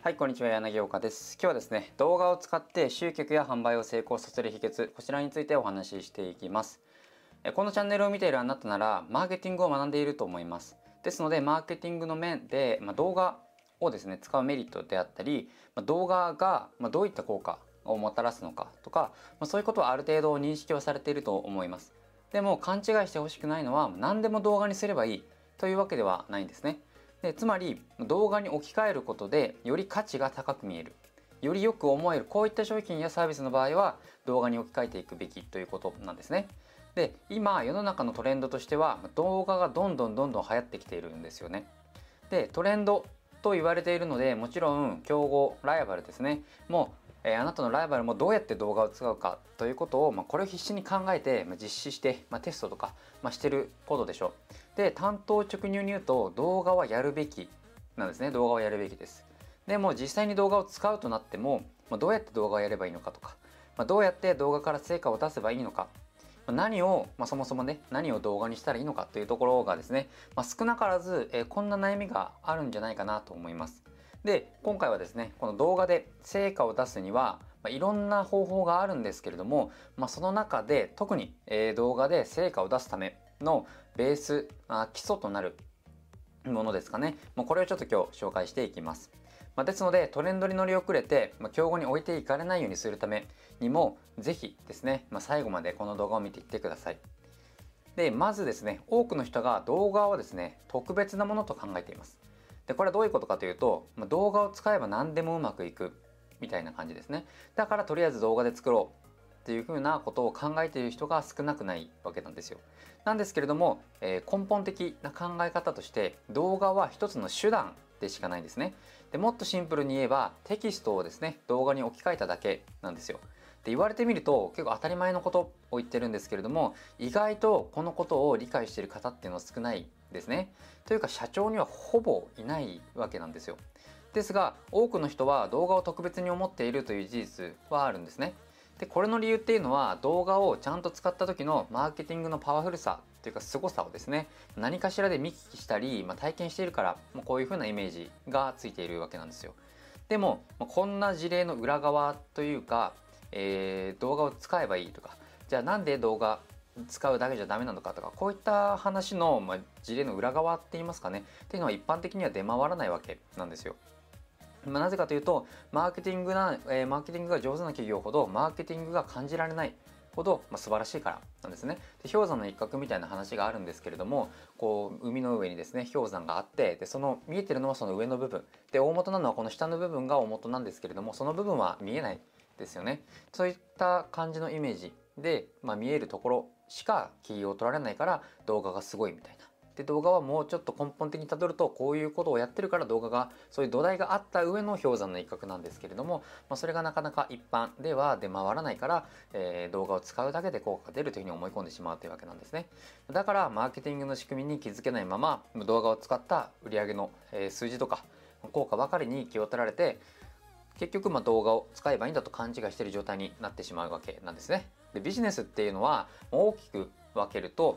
はい、こんにちは。柳岡です。今日はですね、動画を使って集客や販売を成功させる秘訣、こちらについてお話ししていきます。このチャンネルを見ているあなたなら、マーケティングを学んでいると思います。ですので、マーケティングの面で、動画をですね、使うメリットであったり、動画がどういった効果をもたらすのかとか、そういうことはある程度認識をされていると思います。でも、勘違いしてほしくないのは、何でも動画にすればいいというわけではないんですね。つまり動画に置き換えることでより価値が高く見える、よりよく思える、こういった商品やサービスの場合は動画に置き換えていくべきということなんですね。で、今世の中のトレンドとしては動画がどんどん流行ってきているんですよね。で、トレンドと言われているので、もちろん競合ライバルですねもう、あなたのライバルもどうやって動画を使うかということを、これを必死に考えて、実施して、テストとか、してることでしょう。で、単刀直入に言うと動画はやるべきなんですね。動画はやるべきです。でも実際に動画を使うとなっても、どうやって動画をやればいいのかとか、どうやって動画から成果を出せばいいのか、何を、そもそもね、何を動画にしたらいいのかというところがですね、少なからず、こんな悩みがあるんじゃないかなと思います。で、今回はですね、この動画で成果を出すには、いろんな方法があるんですけれども、その中で特に、動画で成果を出すためのベース、基礎となるものですかね。これをちょっと今日紹介していきます。ですのでトレンドに乗り遅れて、競合に置いていかれないようにするためにもぜひですね、最後までこの動画を見ていってください。で、まずですね、多くの人が動画をですね、特別なものと考えています。で、これはどういうことかというと、動画を使えば何でもうまくいくみたいな感じですね。だからとりあえず動画で作ろうっていうふうなことを考えている人が少なくないわけなんですよ。なんですけれども、根本的な考え方として動画は一つの手段でしかないんですね。で、もっとシンプルに言えばテキストをですね、動画に置き換えただけなんですよ。で、言われてみると結構当たり前のことを言ってるんですけれども、意外とこのことを理解している方っていうのは少ないですね。というか社長にはほぼいないわけなんですよ。ですが多くの人は動画を特別に思っているという事実はあるんですね。で、これの理由っていうのは動画をちゃんと使った時のマーケティングのパワフルさというか凄さをですね、何かしらで見聞きしたり、体験しているから、こういう風なイメージがついているわけなんですよ。でも、こんな事例の裏側というか、動画を使えばいいとか、じゃあなんで動画使うだけじゃダメなのかとか、こういった話の、事例の裏側って言いますかねっていうのは一般的には出回らないわけなんですよ。なぜかというとマーケティングが上手な企業ほどマーケティングが感じられないほど、素晴らしいからなんですね。で、氷山の一角みたいな話があるんですけれども、こう海の上にですね氷山があって、でその見えてるのはその上の部分で、大元なのはこの下の部分が大元なんですけれども、その部分は見えないですよね。そういった感じのイメージで、見えるところしか企業を取られないから動画がすごいみたいな。で、動画はもうちょっと根本的にたどるとこういうことをやってるから動画がそういう土台があった上の氷山の一角なんですけれども、それがなかなか一般では出回らないから、動画を使うだけで効果が出るというふうに思い込んでしまうというわけなんですね。だからマーケティングの仕組みに気づけないまま動画を使った売上の、数字とか効果ばかりに気を取られて、結局動画を使えばいいんだと勘違いしている状態になってしまうわけなんですね。で、ビジネスっていうのは大きく分けると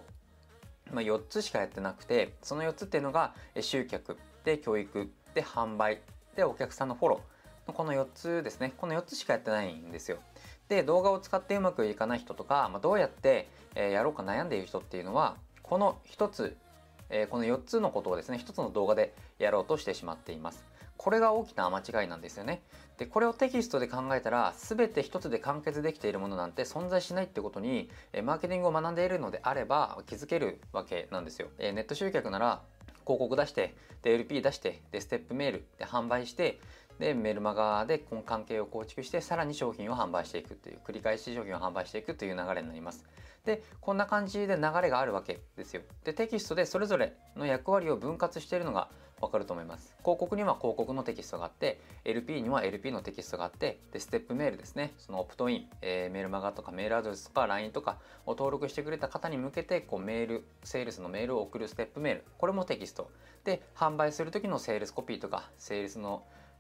4つしかやってなくて、その4つっていうのが集客で教育で販売でお客さんのフォローのこの4つですね。この4つしかやってないんですよ。で、動画を使ってうまくいかない人とか、どうやってやろうか悩んでいる人っていうのはこの1つ、この4つのことをですね1つの動画でやろうとしてしまっています。これが大きな間違いなんですよね。で、これをテキストで考えたら全て一つで完結できているものなんて存在しないってことに、マーケティングを学んでいるのであれば気づけるわけなんですよ。ネット集客なら広告出して、で LP 出して、でステップメールで販売して、でメールマガでこの関係を構築して、さらに商品を販売していくという繰り返し商品を販売していくという流れになります。で、こんな感じで流れがあるわけですよ。で、テキストでそれぞれの役割を分割しているのがわかると思います。広告には広告のテキストがあって、 LP には LP のテキストがあって、でステップメールですね、そのオプトイン、メールマガとかメールアドレスとか LINE とかを登録してくれた方に向けてメールセールスのメールを送るステップメール、これもテキストで、販売する時のセールスコピーとかセールスの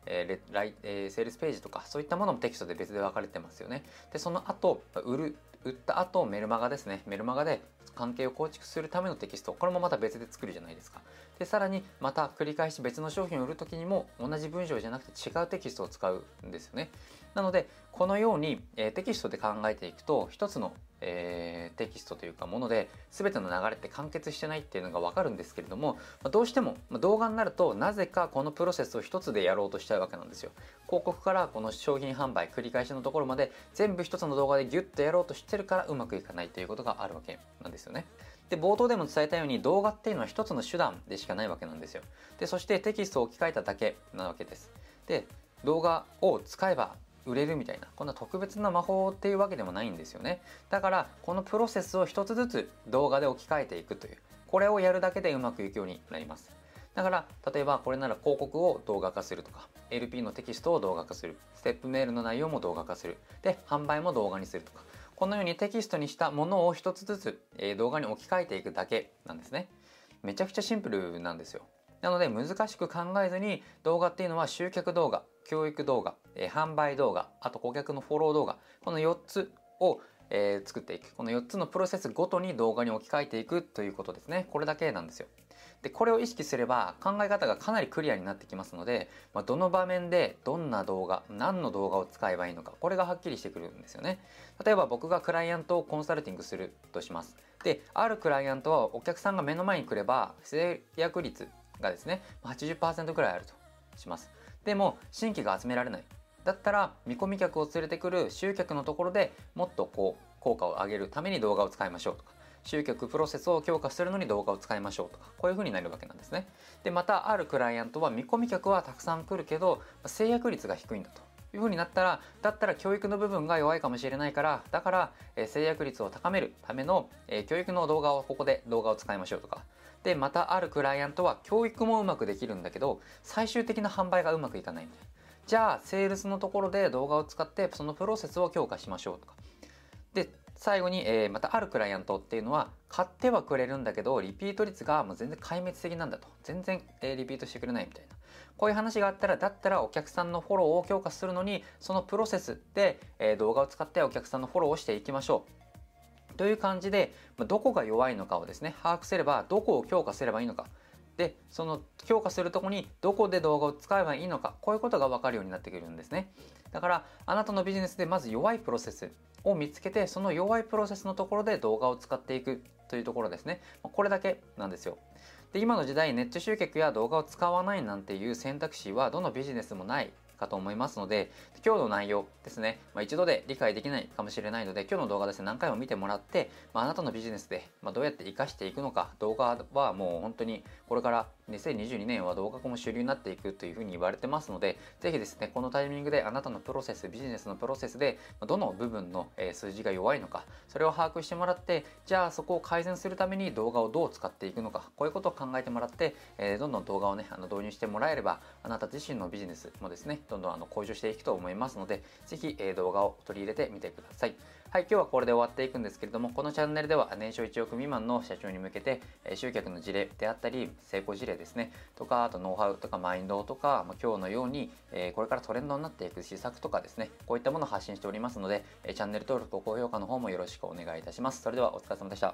セールスページとかそういったものもテキストで別で分かれてますよね。でその後売った後メルマガですね、メルマガで関係を構築するためのテキスト、これもまた別で作るじゃないですか。でさらにまた繰り返し別の商品を売る時にも同じ文章じゃなくて違うテキストを使うんですよね。なのでこのように、テキストで考えていくと一つの、テキストというかもので全ての流れって完結してないっていうのが分かるんですけれども、どうしても動画になるとなぜかこのプロセスを一つでやろうとしちゃうわけなんですよ。広告からこの商品販売繰り返しのところまで全部一つの動画でギュッとやろうとしてるからうまくいかないということがあるわけなんですよね。で冒頭でも伝えたように動画っていうのは一つの手段でしかないわけなんですよ。でそしてテキストを置き換えただけなわけです。で動画を使えば売れるみたいなこんな特別な魔法っていうわけでもないんですよね。だからこのプロセスを一つずつ動画で置き換えていくという、これをやるだけでうまくいくようになります。だから例えばこれなら広告を動画化するとか LP のテキストを動画化する、ステップメールの内容も動画化する、で販売も動画にするとか、このようにテキストにしたものを一つずつ動画に置き換えていくだけなんですね。めちゃくちゃシンプルなんですよ。なので難しく考えずに動画っていうのは集客動画、教育動画、販売動画、あと顧客のフォロー動画、この4つを作っていく、この4つのプロセスごとに動画に置き換えていくということですね。これだけなんですよ。でこれを意識すれば考え方がかなりクリアになってきますので、どの場面でどんな動画、何の動画を使えばいいのか、これがはっきりしてくるんですよね。例えば僕がクライアントをコンサルティングするとします。であるクライアントはお客さんが目の前に来れば制約率がですね 80% くらいあるとします。でも新規が集められない、だったら見込み客を連れてくる集客のところでもっと効果を上げるために動画を使いましょうとか、集客プロセスを強化するのに動画を使いましょうとか、こういう風になるわけなんですね。でまたあるクライアントは見込み客はたくさん来るけど制約率が低いんだという風になったら、だったら教育の部分が弱いかもしれないから、だから制約率を高めるための教育の動画をここで動画を使いましょうとか。でまたあるクライアントは教育もうまくできるんだけど最終的な販売がうまくいかないみたいな、じゃあセールスのところで動画を使ってそのプロセスを強化しましょうとか。で最後に、またあるクライアントっていうのは買ってはくれるんだけどリピート率がもう全然壊滅的なんだと、全然、リピートしてくれないみたいな、こういう話があったら、だったらお客さんのフォローを強化するのにそのプロセスで、動画を使ってお客さんのフォローをしていきましょうという感じで、どこが弱いのかをですね把握すれば、どこを強化すればいいのか、でその強化するとこにどこで動画を使えばいいのか、こういうことが分かるようになってくるんですね。だからあなたのビジネスでまず弱いプロセスを見つけて、その弱いプロセスのところで動画を使っていくというところですね。これだけなんですよ。で今の時代ネット集客や動画を使わないなんていう選択肢はどのビジネスもないかと思いますので、今日の内容ですね、一度で理解できないかもしれないので、今日の動画ですね何回も見てもらって、あなたのビジネスでどうやって活かしていくのか、動画はもう本当にこれから2022年は動画化も主流になっていくというふうに言われてますので、ぜひですねこのタイミングであなたのプロセス、ビジネスのプロセスでどの部分の数字が弱いのか、それを把握してもらって、じゃあそこを改善するために動画をどう使っていくのか、こういうことを考えてもらって、どんどん動画をね導入してもらえれば、あなた自身のビジネスもですねどんどん向上していくと思いますので、ぜひ動画を取り入れてみてください。はい、今日はこれで終わっていくんですけれども、このチャンネルでは年商1億未満の社長に向けて集客の事例であったり成功事例ですねとか、あとノウハウとかマインドとか、今日のようにこれからトレンドになっていく施策とかですね、こういったものを発信しておりますので、チャンネル登録、高評価の方もよろしくお願いいたします。それではお疲れ様でした。